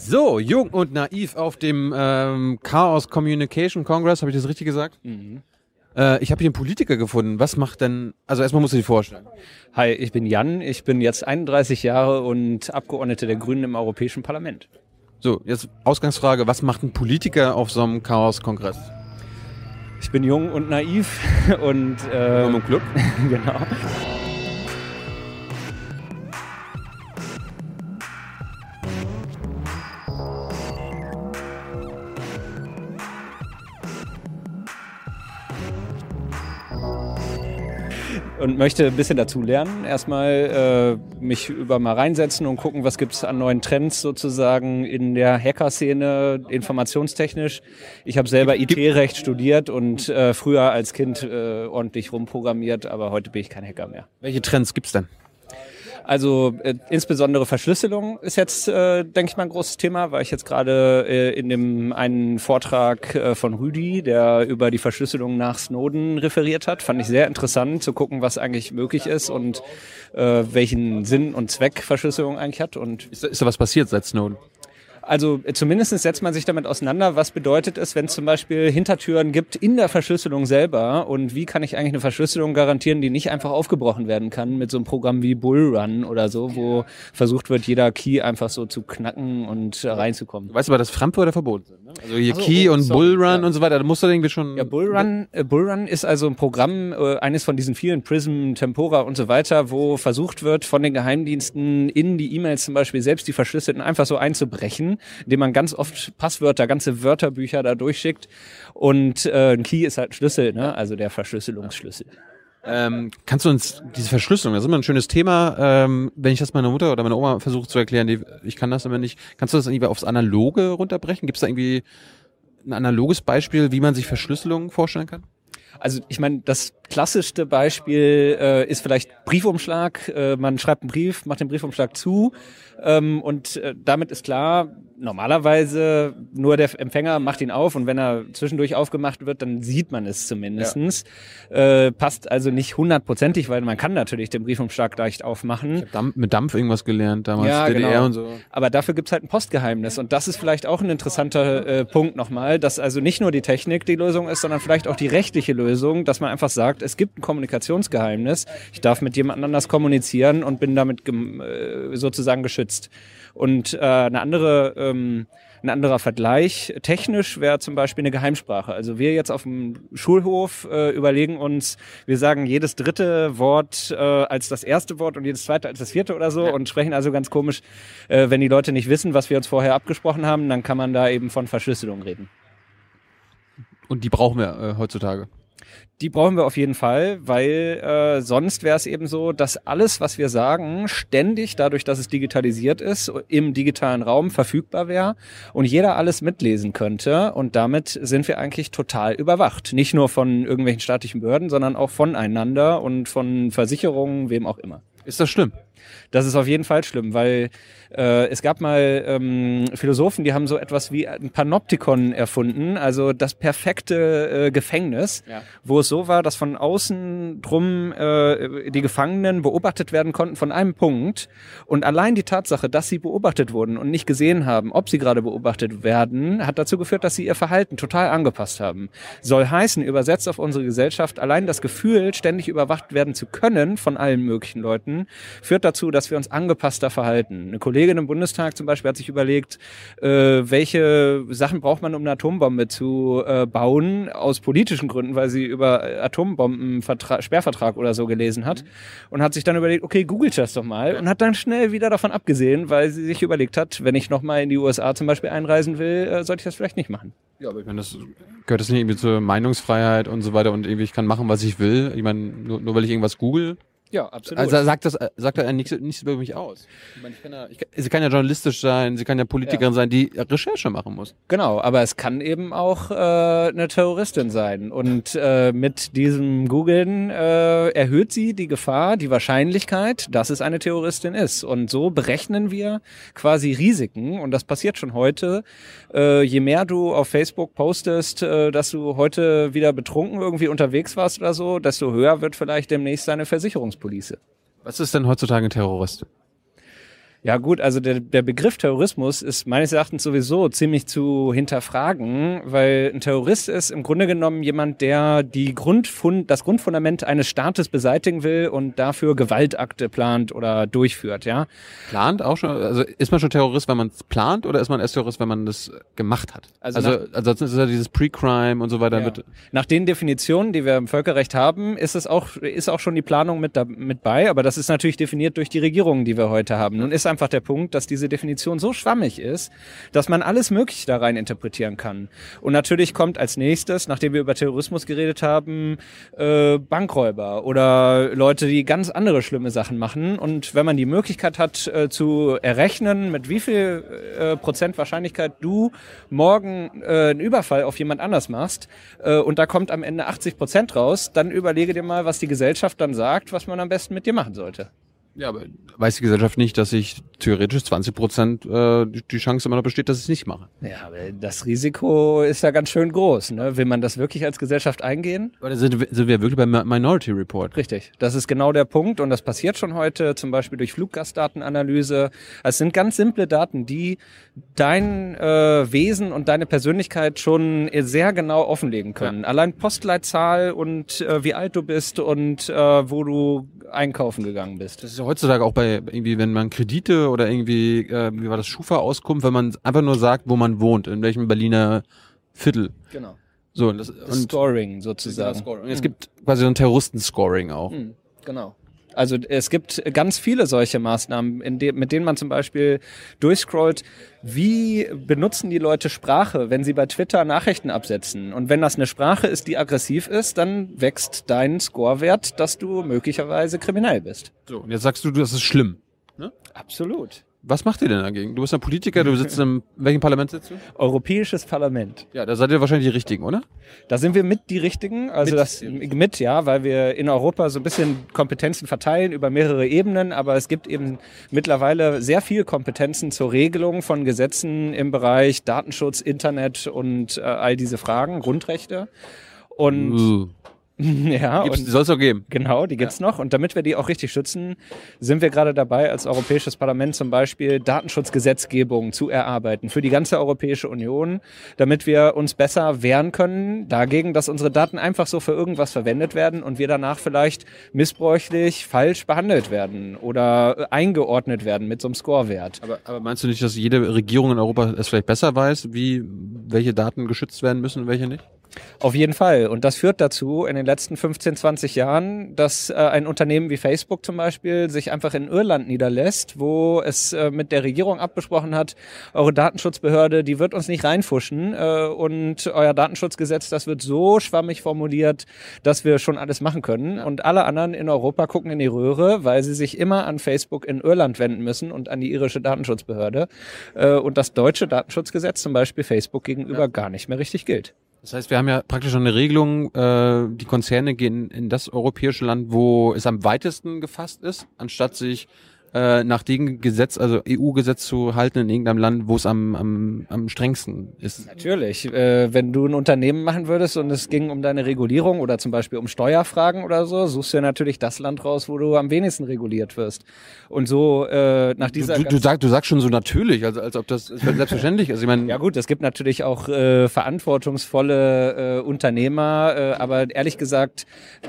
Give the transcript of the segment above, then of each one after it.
So, jung und naiv auf dem Chaos Communication Congress, habe ich das richtig gesagt? Mhm. Ich habe hier einen Politiker gefunden. Was macht denn, also erstmal musst du dich vorstellen. Hi, ich bin Jan, ich bin jetzt 31 Jahre und Abgeordneter der Grünen im Europäischen Parlament. So, jetzt Ausgangsfrage, was macht ein Politiker auf so einem Chaos-Kongress? Ich bin jung und naiv und Im Club? genau. Und möchte ein bisschen dazu lernen. Erstmal mich mal reinsetzen und gucken, was gibt's an neuen Trends sozusagen in der Hacker-Szene, informationstechnisch. Ich habe selber IT-Recht studiert und früher als Kind ordentlich rumprogrammiert, aber heute bin ich kein Hacker mehr. Welche Trends gibt's denn? Also insbesondere Verschlüsselung ist jetzt, denke ich mal, ein großes Thema, weil ich jetzt gerade in dem einen Vortrag von Rüdi, der über die Verschlüsselung nach Snowden referiert hat, fand ich sehr interessant zu gucken, was eigentlich möglich ist und welchen Sinn und Zweck Verschlüsselung eigentlich hat. Und Ist da was passiert seit Snowden? also zumindest setzt man sich damit auseinander, was bedeutet es, wenn es zum Beispiel Hintertüren gibt in der Verschlüsselung selber und wie kann ich eigentlich eine Verschlüsselung garantieren, die nicht einfach aufgebrochen werden kann mit so einem Programm wie Bullrun oder so, wo versucht wird, jeder Key einfach so zu knacken und reinzukommen. Du weißt aber, dass Frankfurter verboten sind, ne? Also hier Key und Bullrun und so weiter, da musst du irgendwie schon... Ja, Bullrun ist also ein Programm, eines von diesen vielen Prism, Tempora und so weiter, wo versucht wird, von den Geheimdiensten in die E-Mails zum Beispiel selbst die verschlüsselten einfach so einzubrechen, indem man ganz oft Passwörter, ganze Wörterbücher da durchschickt. Und ein Key ist halt ein Schlüssel, ne? Also der Verschlüsselungsschlüssel. Kannst du uns diese Verschlüsselung, das ist immer ein schönes Thema, wenn ich das meiner Mutter oder meiner Oma versuche zu erklären, ich kann das immer nicht, kannst du das irgendwie aufs Analoge runterbrechen? Gibt es da irgendwie ein analoges Beispiel, wie man sich Verschlüsselung vorstellen kann? Also ich meine, das klassischste Beispiel ist vielleicht Briefumschlag. Man schreibt einen Brief, macht den Briefumschlag zu und damit ist klar, normalerweise nur der Empfänger macht ihn auf und wenn er zwischendurch aufgemacht wird, dann sieht man es zumindestens. Ja. Passt also nicht 100%, weil man kann natürlich den Briefumschlag leicht aufmachen. Ich habe mit Dampf irgendwas gelernt, damals ja, DDR genau. Und so. Aber dafür gibt's halt ein Postgeheimnis und das ist vielleicht auch ein interessanter Punkt nochmal, dass also nicht nur die Technik die Lösung ist, sondern vielleicht auch die rechtliche Lösung, dass man einfach sagt, es gibt ein Kommunikationsgeheimnis, ich darf mit jemand anders kommunizieren und bin damit sozusagen geschützt. Und ein anderer Vergleich technisch wäre zum Beispiel eine Geheimsprache. Also wir jetzt auf dem Schulhof überlegen uns, wir sagen jedes dritte Wort als das erste Wort und jedes zweite als das vierte oder so und sprechen also ganz komisch. Wenn die Leute nicht wissen, was wir uns vorher abgesprochen haben, dann kann man da eben von Verschlüsselung reden. Und die brauchen wir heutzutage. Die brauchen wir auf jeden Fall, weil sonst wäre es eben so, dass alles, was wir sagen, ständig, dadurch, dass es digitalisiert ist, im digitalen Raum verfügbar wäre und jeder alles mitlesen könnte. Und damit sind wir eigentlich total überwacht. Nicht nur von irgendwelchen staatlichen Behörden, sondern auch voneinander und von Versicherungen, wem auch immer. Ist das schlimm? Das ist auf jeden Fall schlimm, weil es gab mal Philosophen, die haben so etwas wie ein Panoptikon erfunden, also das perfekte Gefängnis, wo es so war, dass von außen drum die Gefangenen beobachtet werden konnten von einem Punkt und allein die Tatsache, dass sie beobachtet wurden und nicht gesehen haben, ob sie gerade beobachtet werden, hat dazu geführt, dass sie ihr Verhalten total angepasst haben. Soll heißen, übersetzt auf unsere Gesellschaft, allein das Gefühl, ständig überwacht werden zu können von allen möglichen Leuten, führt dazu, dass wir uns angepasster verhalten. Eine Kollegin im Bundestag zum Beispiel hat sich überlegt, welche Sachen braucht man, um eine Atombombe zu bauen, aus politischen Gründen, weil sie über Atombomben-Sperrvertrag oder so gelesen hat und hat sich dann überlegt, okay, googelt das doch mal und hat dann schnell wieder davon abgesehen, weil sie sich überlegt hat, wenn ich nochmal in die USA zum Beispiel einreisen will, sollte ich das vielleicht nicht machen. Ja, aber ich meine, gehört das nicht irgendwie zur Meinungsfreiheit und so weiter und irgendwie ich kann machen, was ich will? Ich meine, nur weil ich irgendwas google? Ja, absolut. Also sagt er nichts über mich aus. Ich meine, sie kann ja journalistisch sein, sie kann ja Politikerin sein, die Recherche machen muss. Genau, aber es kann eben auch eine Terroristin sein. Und mit diesem Googlen erhöht sie die Gefahr, die Wahrscheinlichkeit, dass es eine Terroristin ist. Und so berechnen wir quasi Risiken. Und das passiert schon heute. Je mehr du auf Facebook postest, dass du heute wieder betrunken irgendwie unterwegs warst oder so, desto höher wird vielleicht demnächst deine Versicherungspolice. Was ist denn heutzutage ein Terrorist? Ja gut, also der Begriff Terrorismus ist meines Erachtens sowieso ziemlich zu hinterfragen, weil ein Terrorist ist im Grunde genommen jemand, der das Grundfundament eines Staates beseitigen will und dafür Gewaltakte plant oder durchführt, ja. Plant auch schon? Also ist man schon Terrorist, wenn man es plant, oder ist man erst Terrorist, wenn man das gemacht hat? Ansonsten ist ja dieses Pre-Crime und so weiter. Ja. Nach den Definitionen, die wir im Völkerrecht haben, ist auch schon die Planung mit bei, aber das ist natürlich definiert durch die Regierungen, die wir heute haben. Nun ist einfach der Punkt, dass diese Definition so schwammig ist, dass man alles Mögliche da rein interpretieren kann. Und natürlich kommt als nächstes, nachdem wir über Terrorismus geredet haben, Bankräuber oder Leute, die ganz andere schlimme Sachen machen. Und wenn man die Möglichkeit hat, zu errechnen, mit wie viel Prozent Wahrscheinlichkeit du morgen einen Überfall auf jemand anders machst, und da kommt am Ende 80% raus, dann überlege dir mal, was die Gesellschaft dann sagt, was man am besten mit dir machen sollte. Ja, aber weiß die Gesellschaft nicht, dass ich theoretisch 20% die Chance immer noch besteht, dass ich es nicht mache? Ja, aber das Risiko ist ja ganz schön groß. Ne? Will man das wirklich als Gesellschaft eingehen? Oder sind wir wirklich beim Minority Report? Richtig, das ist genau der Punkt und das passiert schon heute, zum Beispiel durch Fluggastdatenanalyse. Es sind ganz simple Daten, die dein Wesen und deine Persönlichkeit schon sehr genau offenlegen können. Ja. Allein Postleitzahl und wie alt du bist und wo du einkaufen gegangen bist. Das ist ja heutzutage auch bei irgendwie, wenn man Kredite oder irgendwie, wie war das, Schufa-Auskunft, wenn man einfach nur sagt, wo man wohnt, in welchem Berliner Viertel. Genau. So, und Scoring sozusagen. Scoring. Und es gibt quasi so ein Terroristen-Scoring auch. Genau. Also es gibt ganz viele solche Maßnahmen, mit denen man zum Beispiel durchscrollt, wie benutzen die Leute Sprache, wenn sie bei Twitter Nachrichten absetzen. Und wenn das eine Sprache ist, die aggressiv ist, dann wächst dein Scorewert, dass du möglicherweise kriminell bist. So, und jetzt sagst du, das ist schlimm. Ne? Absolut. Was macht ihr denn dagegen? Du bist ein Politiker, du sitzt in welchem Parlament sitzt du? Europäisches Parlament. Ja, da seid ihr wahrscheinlich die Richtigen, oder? Da sind wir mit die Richtigen, also weil wir in Europa so ein bisschen Kompetenzen verteilen über mehrere Ebenen, aber es gibt eben mittlerweile sehr viel Kompetenzen zur Regelung von Gesetzen im Bereich Datenschutz, Internet und all diese Fragen, Grundrechte. Und ja, soll es auch geben. Genau, die gibt's noch. Und damit wir die auch richtig schützen, sind wir gerade dabei, als Europäisches Parlament zum Beispiel Datenschutzgesetzgebung zu erarbeiten für die ganze Europäische Union, damit wir uns besser wehren können dagegen, dass unsere Daten einfach so für irgendwas verwendet werden und wir danach vielleicht missbräuchlich falsch behandelt werden oder eingeordnet werden mit so einem Scorewert. Aber meinst du nicht, dass jede Regierung in Europa es vielleicht besser weiß, welche Daten geschützt werden müssen und welche nicht? Auf jeden Fall. Und das führt dazu in den letzten 15, 20 Jahren, dass ein Unternehmen wie Facebook zum Beispiel sich einfach in Irland niederlässt, wo es mit der Regierung abgesprochen hat, eure Datenschutzbehörde, die wird uns nicht reinfuschen und euer Datenschutzgesetz, das wird so schwammig formuliert, dass wir schon alles machen können. Und alle anderen in Europa gucken in die Röhre, weil sie sich immer an Facebook in Irland wenden müssen und an die irische Datenschutzbehörde. Und das deutsche Datenschutzgesetz zum Beispiel Facebook gegenüber gar nicht mehr richtig gilt. Das heißt, wir haben ja praktisch schon eine Regelung, die Konzerne gehen in das europäische Land, wo es am weitesten gefasst ist, anstatt sich nach dem Gesetz, also EU-Gesetz zu halten in irgendeinem Land, wo es am strengsten ist. Natürlich. Wenn du ein Unternehmen machen würdest und es ging um deine Regulierung oder zum Beispiel um Steuerfragen oder so, suchst du ja natürlich das Land raus, wo du am wenigsten reguliert wirst. Und so nach dieser... Du sagst schon so natürlich, als ob das selbstverständlich ist. Ich meine, ja gut, es gibt natürlich auch verantwortungsvolle Unternehmer, aber ehrlich gesagt,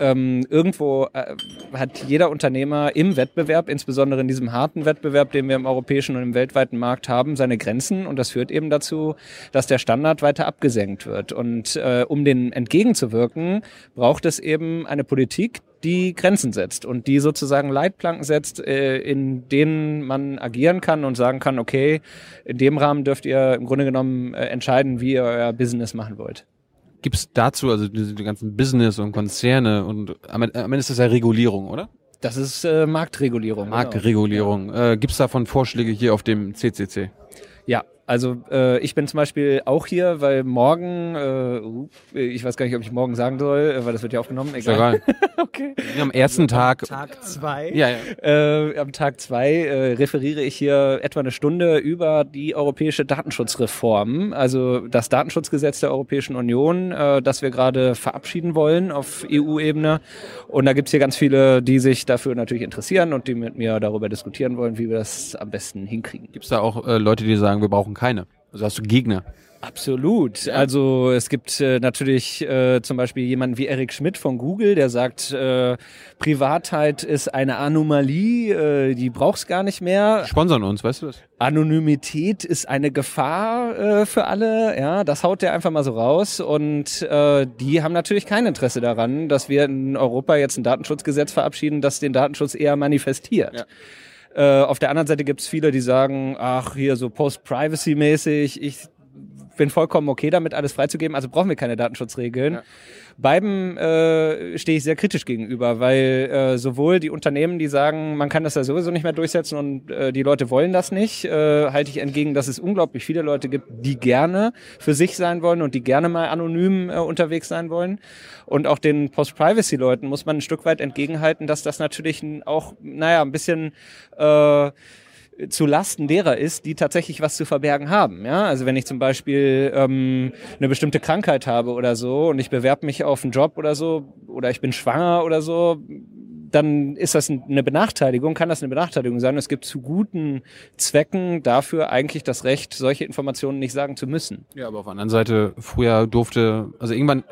irgendwo hat jeder Unternehmer im Wettbewerb, insbesondere in diesem harten Wettbewerb, den wir im europäischen und im weltweiten Markt haben, seine Grenzen, und das führt eben dazu, dass der Standard weiter abgesenkt wird. Und um den entgegenzuwirken, braucht es eben eine Politik, die Grenzen setzt und die sozusagen Leitplanken setzt, in denen man agieren kann und sagen kann, okay, in dem Rahmen dürft ihr im Grunde genommen entscheiden, wie ihr euer Business machen wollt. Gibt es dazu, also die ganzen Business und Konzerne, und am Ende ist das ja Regulierung, oder? Das ist Marktregulierung. Marktregulierung. Genau. Gibt es davon Vorschläge hier auf dem CCC? Ja, Also ich bin zum Beispiel auch hier, weil morgen, ich weiß gar nicht, ob ich morgen sagen soll, weil das wird ja aufgenommen. Egal. Okay. Am ersten Tag. Tag 2. Ja. Am Tag 2 referiere ich hier etwa eine Stunde über die europäische Datenschutzreform, also das Datenschutzgesetz der Europäischen Union, das wir gerade verabschieden wollen auf EU-Ebene. Und da gibt's hier ganz viele, die sich dafür natürlich interessieren und die mit mir darüber diskutieren wollen, wie wir das am besten hinkriegen. Gibt's da auch Leute, die sagen, wir brauchen keine? Also hast du Gegner? Absolut. Also es gibt natürlich zum Beispiel jemanden wie Eric Schmidt von Google, der sagt, Privatheit ist eine Anomalie, die braucht's gar nicht mehr. Sponsern uns, weißt du das? Anonymität ist eine Gefahr für alle. Ja, das haut der einfach mal so raus. Und die haben natürlich kein Interesse daran, dass wir in Europa jetzt ein Datenschutzgesetz verabschieden, das den Datenschutz eher manifestiert. Ja. Auf der anderen Seite gibt's viele, die sagen, ach, hier so Post-Privacy-mäßig, ich bin vollkommen okay damit, alles freizugeben, also brauchen wir keine Datenschutzregeln. Ja. Beiden stehe ich sehr kritisch gegenüber, weil sowohl die Unternehmen, die sagen, man kann das ja sowieso nicht mehr durchsetzen und die Leute wollen das nicht, halte ich entgegen, dass es unglaublich viele Leute gibt, die gerne für sich sein wollen und die gerne mal anonym unterwegs sein wollen. Und auch den Post-Privacy-Leuten muss man ein Stück weit entgegenhalten, dass das natürlich auch, ein bisschen zu Lasten derer ist, die tatsächlich was zu verbergen haben. Ja? Also wenn ich zum Beispiel eine bestimmte Krankheit habe oder so und ich bewerbe mich auf einen Job oder so oder ich bin schwanger oder so, dann ist das eine Benachteiligung, kann das eine Benachteiligung sein. Es gibt zu guten Zwecken dafür eigentlich das Recht, solche Informationen nicht sagen zu müssen. Ja, aber auf der anderen Seite, früher irgendwann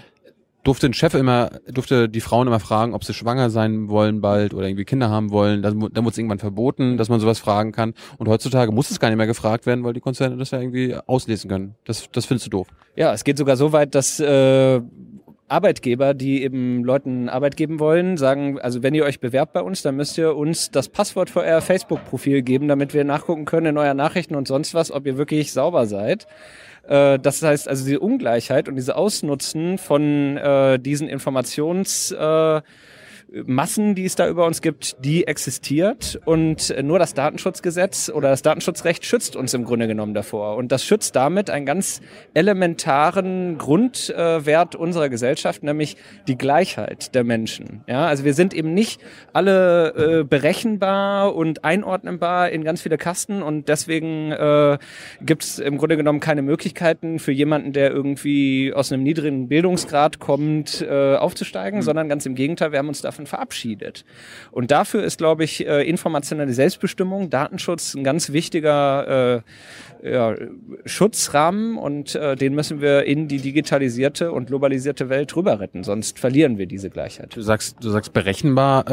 durfte die Frauen immer fragen, ob sie schwanger sein wollen bald oder irgendwie Kinder haben wollen. Dann wurde es irgendwann verboten, dass man sowas fragen kann. Und heutzutage muss es gar nicht mehr gefragt werden, weil die Konzerne das ja irgendwie auslesen können. Das findest du doof. Ja, es geht sogar so weit, dass Arbeitgeber, die eben Leuten Arbeit geben wollen, sagen, also wenn ihr euch bewerbt bei uns, dann müsst ihr uns das Passwort für euer Facebook-Profil geben, damit wir nachgucken können in euren Nachrichten und sonst was, ob ihr wirklich sauber seid. Das heißt also, diese Ungleichheit und diese Ausnutzen von diesen Informationsmassen, die es da über uns gibt, die existiert und nur das Datenschutzgesetz oder das Datenschutzrecht schützt uns im Grunde genommen davor. Und das schützt damit einen ganz elementaren Grundwert unserer Gesellschaft, nämlich die Gleichheit der Menschen. Ja, also wir sind eben nicht alle berechenbar und einordnbar in ganz viele Kasten und deswegen gibt es im Grunde genommen keine Möglichkeiten für jemanden, der irgendwie aus einem niedrigen Bildungsgrad kommt, aufzusteigen, sondern ganz im Gegenteil, wir haben uns davon verabschiedet. Und dafür ist, glaube ich, informationelle Selbstbestimmung, Datenschutz ein ganz wichtiger Schutzrahmen und den müssen wir in die digitalisierte und globalisierte Welt rüber retten, sonst verlieren wir diese Gleichheit. Du sagst berechenbar,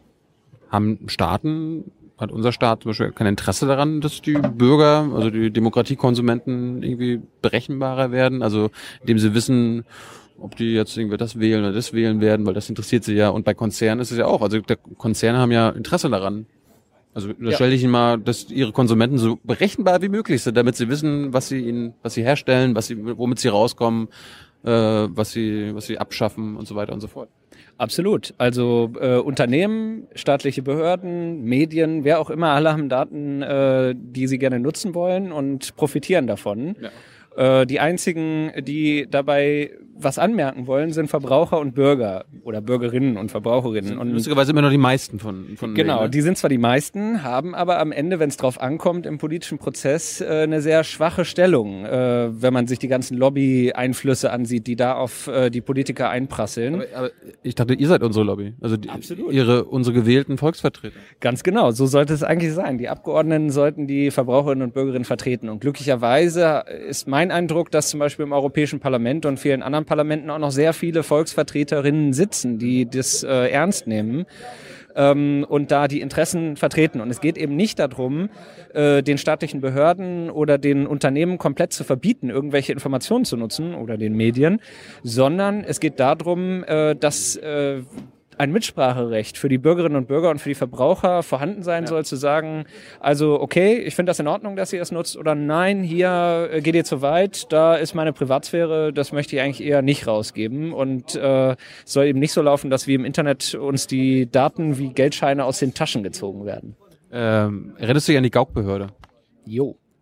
hat unser Staat zum Beispiel kein Interesse daran, dass die Bürger, also die Demokratiekonsumenten irgendwie berechenbarer werden, also indem sie wissen, ob die jetzt irgendwie das wählen oder das wählen werden, weil das interessiert sie ja. Und bei Konzernen ist es ja auch. Also Konzerne haben ja Interesse daran. Also da stelle ich ihnen mal, dass ihre Konsumenten so berechenbar wie möglich sind, damit sie wissen, was sie herstellen, womit sie rauskommen, was sie abschaffen und so weiter und so fort. Absolut. Also Unternehmen, staatliche Behörden, Medien, wer auch immer, alle haben Daten, die sie gerne nutzen wollen und profitieren davon. Ja. Die einzigen, die dabei was anmerken wollen, sind Verbraucher und Bürger oder Bürgerinnen und Verbraucherinnen. Und lustigerweise immer noch die meisten von genau, denen, ne? Die sind zwar die meisten, haben aber am Ende, wenn es drauf ankommt, im politischen Prozess eine sehr schwache Stellung, wenn man sich die ganzen Lobby-Einflüsse ansieht, die da auf die Politiker einprasseln. Aber ich dachte, ihr seid unsere Lobby, also unsere gewählten Volksvertreter. Ganz genau, so sollte es eigentlich sein. Die Abgeordneten sollten die Verbraucherinnen und Bürgerinnen vertreten. Und glücklicherweise ist mein Eindruck, dass zum Beispiel im Europäischen Parlament und vielen anderen Parlamenten auch noch sehr viele Volksvertreterinnen sitzen, die das ernst nehmen und da die Interessen vertreten. Und es geht eben nicht darum, den staatlichen Behörden oder den Unternehmen komplett zu verbieten, irgendwelche Informationen zu nutzen oder den Medien, sondern es geht darum, dass ein Mitspracherecht für die Bürgerinnen und Bürger und für die Verbraucher vorhanden sein soll, zu sagen, also okay, ich finde das in Ordnung, dass ihr es nutzt, oder nein, hier geht ihr zu weit, da ist meine Privatsphäre, das möchte ich eigentlich eher nicht rausgeben und es soll eben nicht so laufen, dass wie im Internet uns die Daten wie Geldscheine aus den Taschen gezogen werden. Erinnerst du dich an die Gauk-Behörde? Jo.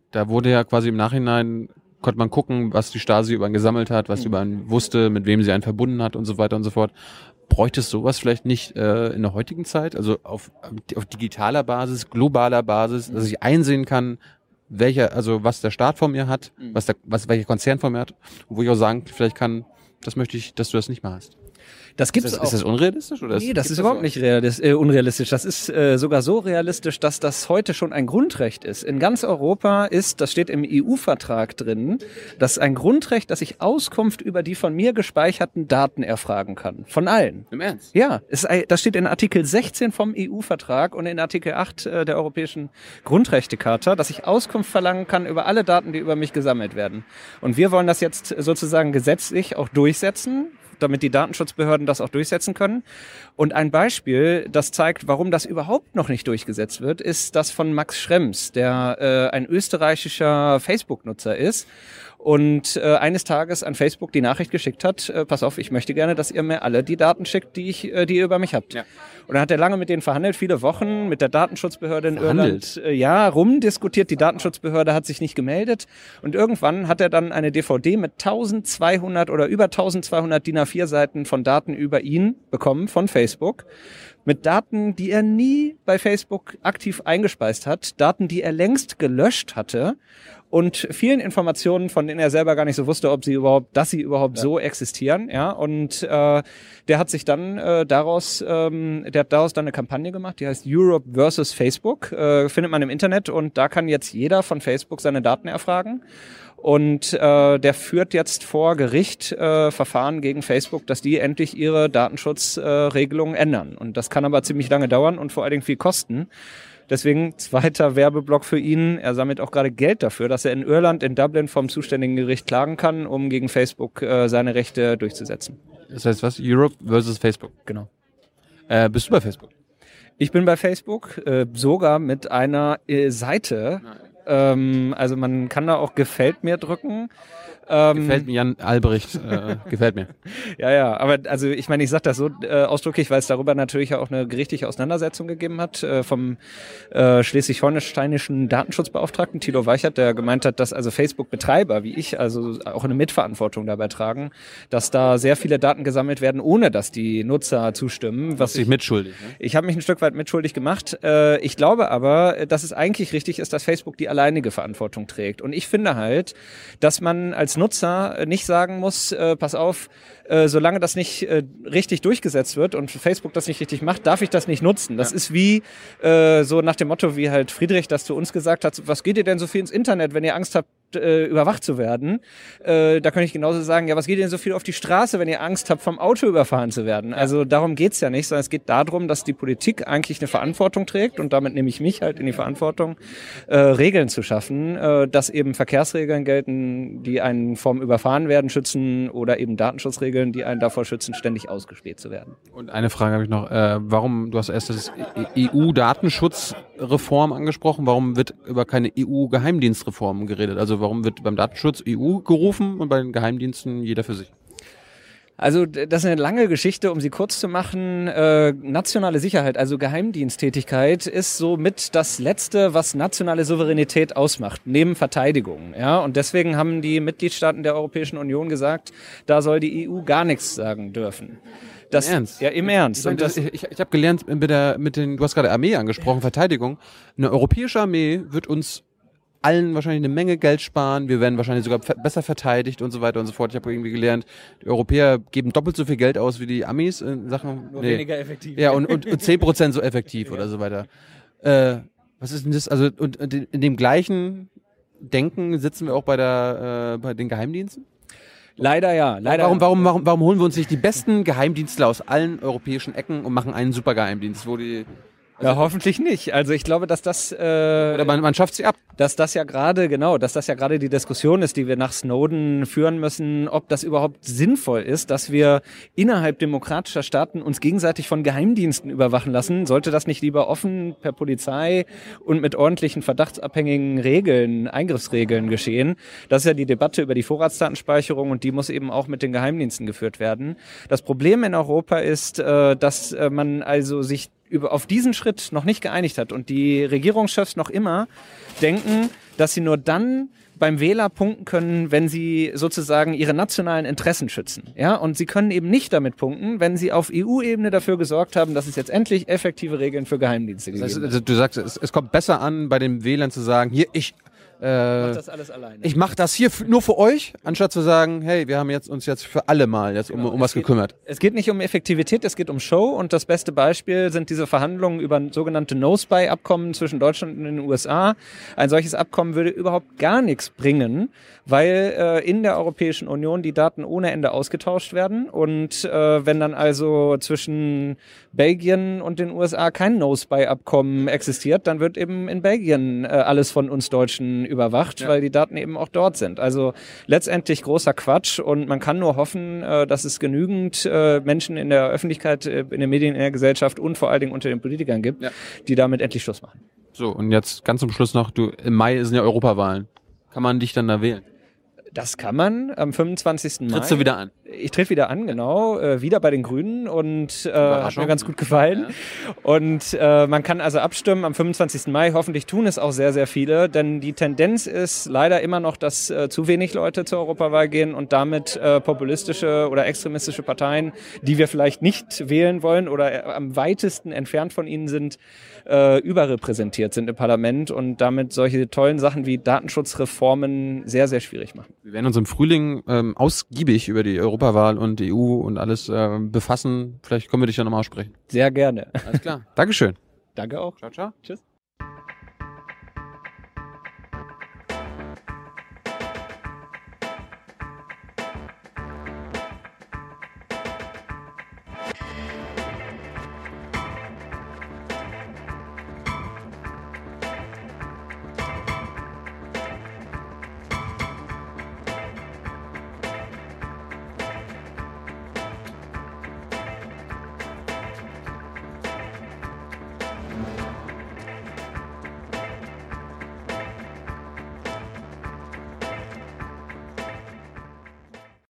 Da wurde ja quasi im Nachhinein, konnte man gucken, was die Stasi über ihn gesammelt hat, was über ihn wusste, mit wem sie einen verbunden hat und so weiter und so fort. Bräuchte es sowas vielleicht nicht in der heutigen Zeit, also auf digitaler Basis, globaler Basis, dass ich einsehen kann, was der Staat von mir hat, welcher Konzern von mir hat, wo ich auch sagen vielleicht kann, das möchte ich, dass du das nicht mehr hast. Das gibt's auch. Ist das unrealistisch? Oder nee, das ist überhaupt nicht unrealistisch. Das ist sogar so realistisch, dass das heute schon ein Grundrecht ist. In ganz Europa das steht im EU-Vertrag drin, dass ein Grundrecht, dass ich Auskunft über die von mir gespeicherten Daten erfragen kann. Von allen. Im Ernst? Ja, das steht in Artikel 16 vom EU-Vertrag und in Artikel 8 der Europäischen Grundrechtecharta, dass ich Auskunft verlangen kann über alle Daten, die über mich gesammelt werden. Und wir wollen das jetzt sozusagen gesetzlich auch durchsetzen, damit die Datenschutzbehörden das auch durchsetzen können. Und ein Beispiel, das zeigt, warum das überhaupt noch nicht durchgesetzt wird, ist das von Max Schrems, der ein österreichischer Facebook-Nutzer ist und eines Tages an Facebook die Nachricht geschickt hat, pass auf, ich möchte gerne, dass ihr mir alle die Daten schickt, die ihr über mich habt. Ja. Und dann hat er lange mit denen verhandelt, viele Wochen mit der Datenschutzbehörde in Irland. Rumdiskutiert. Die Datenschutzbehörde hat sich nicht gemeldet. Und irgendwann hat er dann eine DVD mit 1200 oder über 1200 DIN A4 Seiten von Daten über ihn bekommen von Facebook. Mit Daten, die er nie bei Facebook aktiv eingespeist hat. Daten, die er längst gelöscht hatte. Und vielen Informationen, von denen er selber gar nicht so wusste, dass sie überhaupt so existieren, ja. Und der hat sich dann daraus dann eine Kampagne gemacht, die heißt Europe versus Facebook, findet man im Internet und da kann jetzt jeder von Facebook seine Daten erfragen. Und der führt jetzt vor Gericht Verfahren gegen Facebook, dass die endlich ihre Datenschutzregelungen ändern. Und das kann aber ziemlich lange dauern und vor allen Dingen viel kosten. Deswegen zweiter Werbeblock für ihn. Er sammelt auch gerade Geld dafür, dass er in Irland, in Dublin vom zuständigen Gericht klagen kann, um gegen Facebook seine Rechte durchzusetzen. Das heißt was? Europe versus Facebook? Genau. Bist du bei Facebook? Ich bin bei Facebook, sogar mit einer Seite. Also man kann da auch Gefällt mir drücken. Gefällt mir Jan Albrecht, gefällt mir. Ja, aber also ich meine, ich sage das so ausdrücklich, weil es darüber natürlich auch eine gerichtliche Auseinandersetzung gegeben hat vom schleswig-holsteinischen Datenschutzbeauftragten Thilo Weichert, der gemeint hat, dass also Facebook-Betreiber wie ich also auch eine Mitverantwortung dabei tragen, dass da sehr viele Daten gesammelt werden, ohne dass die Nutzer zustimmen. Was ich mitschuldig? Ne? Ich habe mich ein Stück weit mitschuldig gemacht. Ich glaube aber, dass es eigentlich richtig ist, dass Facebook die alleinige Verantwortung trägt. Und ich finde halt, dass man als Nutzer nicht sagen muss, pass auf, solange das nicht richtig durchgesetzt wird und Facebook das nicht richtig macht, darf ich das nicht nutzen. Das ist wie so nach dem Motto, wie halt Friedrich das zu uns gesagt hat, was geht ihr denn so viel ins Internet, wenn ihr Angst habt, überwacht zu werden? Da kann ich genauso sagen, ja, was geht ihr denn so viel auf die Straße, wenn ihr Angst habt, vom Auto überfahren zu werden? Also darum geht's ja nicht, sondern es geht darum, dass die Politik eigentlich eine Verantwortung trägt und damit nehme ich mich halt in die Verantwortung, Regeln zu schaffen, dass eben Verkehrsregeln gelten, die einen vorm Überfahrenwerden schützen oder eben Datenschutzregeln, die einen davor schützen, ständig ausgespäht zu werden. Und eine Frage habe ich noch, warum, du hast erst das EU-Datenschutzreform angesprochen, warum wird über keine EU-Geheimdienstreform geredet? Also warum wird beim Datenschutz EU gerufen und bei den Geheimdiensten jeder für sich? Also das ist eine lange Geschichte, um sie kurz zu machen. Nationale Sicherheit, also Geheimdiensttätigkeit, ist somit das Letzte, was nationale Souveränität ausmacht, neben Verteidigung. Ja, und deswegen haben die Mitgliedstaaten der Europäischen Union gesagt, da soll die EU gar nichts sagen dürfen. Im Ernst? Ja, im Ernst. Ich habe gelernt, du hast gerade Armee angesprochen, Verteidigung. Eine europäische Armee wird uns allen wahrscheinlich eine Menge Geld sparen, wir werden wahrscheinlich sogar besser verteidigt und so weiter und so fort. Ich habe irgendwie gelernt, die Europäer geben doppelt so viel Geld aus wie die Amis in Sachen... Nur weniger effektiv. Ja, und 10% so effektiv oder so weiter. Was ist denn das? Also und in dem gleichen Denken sitzen wir auch bei den Geheimdiensten? Leider ja. Warum holen wir uns nicht die besten Geheimdienstler aus allen europäischen Ecken und machen einen super Geheimdienst, wo die... Ja, hoffentlich nicht. Also ich glaube, dass das oder man schafft sie ab. Dass das ja gerade die Diskussion ist, die wir nach Snowden führen müssen, ob das überhaupt sinnvoll ist, dass wir innerhalb demokratischer Staaten uns gegenseitig von Geheimdiensten überwachen lassen. Sollte das nicht lieber offen per Polizei und mit ordentlichen verdachtsabhängigen Regeln, Eingriffsregeln geschehen? Das ist ja die Debatte über die Vorratsdatenspeicherung und die muss eben auch mit den Geheimdiensten geführt werden. Das Problem in Europa ist, dass man also sich auf diesen Schritt noch nicht geeinigt hat und die Regierungschefs noch immer denken, dass sie nur dann beim Wähler punkten können, wenn sie sozusagen ihre nationalen Interessen schützen. Ja, und sie können eben nicht damit punkten, wenn sie auf EU-Ebene dafür gesorgt haben, dass es jetzt endlich effektive Regeln für Geheimdienste gibt. Das heißt, also du sagst, es kommt besser an, bei den Wählern zu sagen, hier, ich mach das alles alleine. Ich mache das hier nur für euch, anstatt zu sagen, hey, wir haben uns jetzt für alle mal um was gekümmert. Es geht nicht um Effektivität, es geht um Show und das beste Beispiel sind diese Verhandlungen über sogenannte No-Spy-Abkommen zwischen Deutschland und den USA. Ein solches Abkommen würde überhaupt gar nichts bringen, weil in der Europäischen Union die Daten ohne Ende ausgetauscht werden und wenn dann also zwischen Belgien und den USA kein No-Spy-Abkommen existiert, dann wird eben in Belgien alles von uns Deutschen überwacht, weil die Daten eben auch dort sind. Also letztendlich großer Quatsch und man kann nur hoffen, dass es genügend Menschen in der Öffentlichkeit, in den Medien, in der Gesellschaft und vor allen Dingen unter den Politikern gibt, die damit endlich Schluss machen. So, und jetzt ganz zum Schluss noch, im Mai sind ja Europawahlen. Kann man dich dann da wählen? Das kann man am 25. Mai. Trittst du wieder an? Ich trete wieder an, genau. Wieder bei den Grünen und hat mir ganz gut gefallen. Ja. Und man kann also abstimmen am 25. Mai. Hoffentlich tun es auch sehr, sehr viele, denn die Tendenz ist leider immer noch, dass zu wenig Leute zur Europawahl gehen und damit populistische oder extremistische Parteien, die wir vielleicht nicht wählen wollen oder am weitesten entfernt von ihnen sind, überrepräsentiert sind im Parlament und damit solche tollen Sachen wie Datenschutzreformen sehr, sehr schwierig machen. Wir werden uns im Frühling ausgiebig über die Europawahl und die EU und alles befassen. Vielleicht können wir dich ja nochmal sprechen. Sehr gerne. Alles klar. Dankeschön. Danke auch. Ciao, ciao. Tschüss.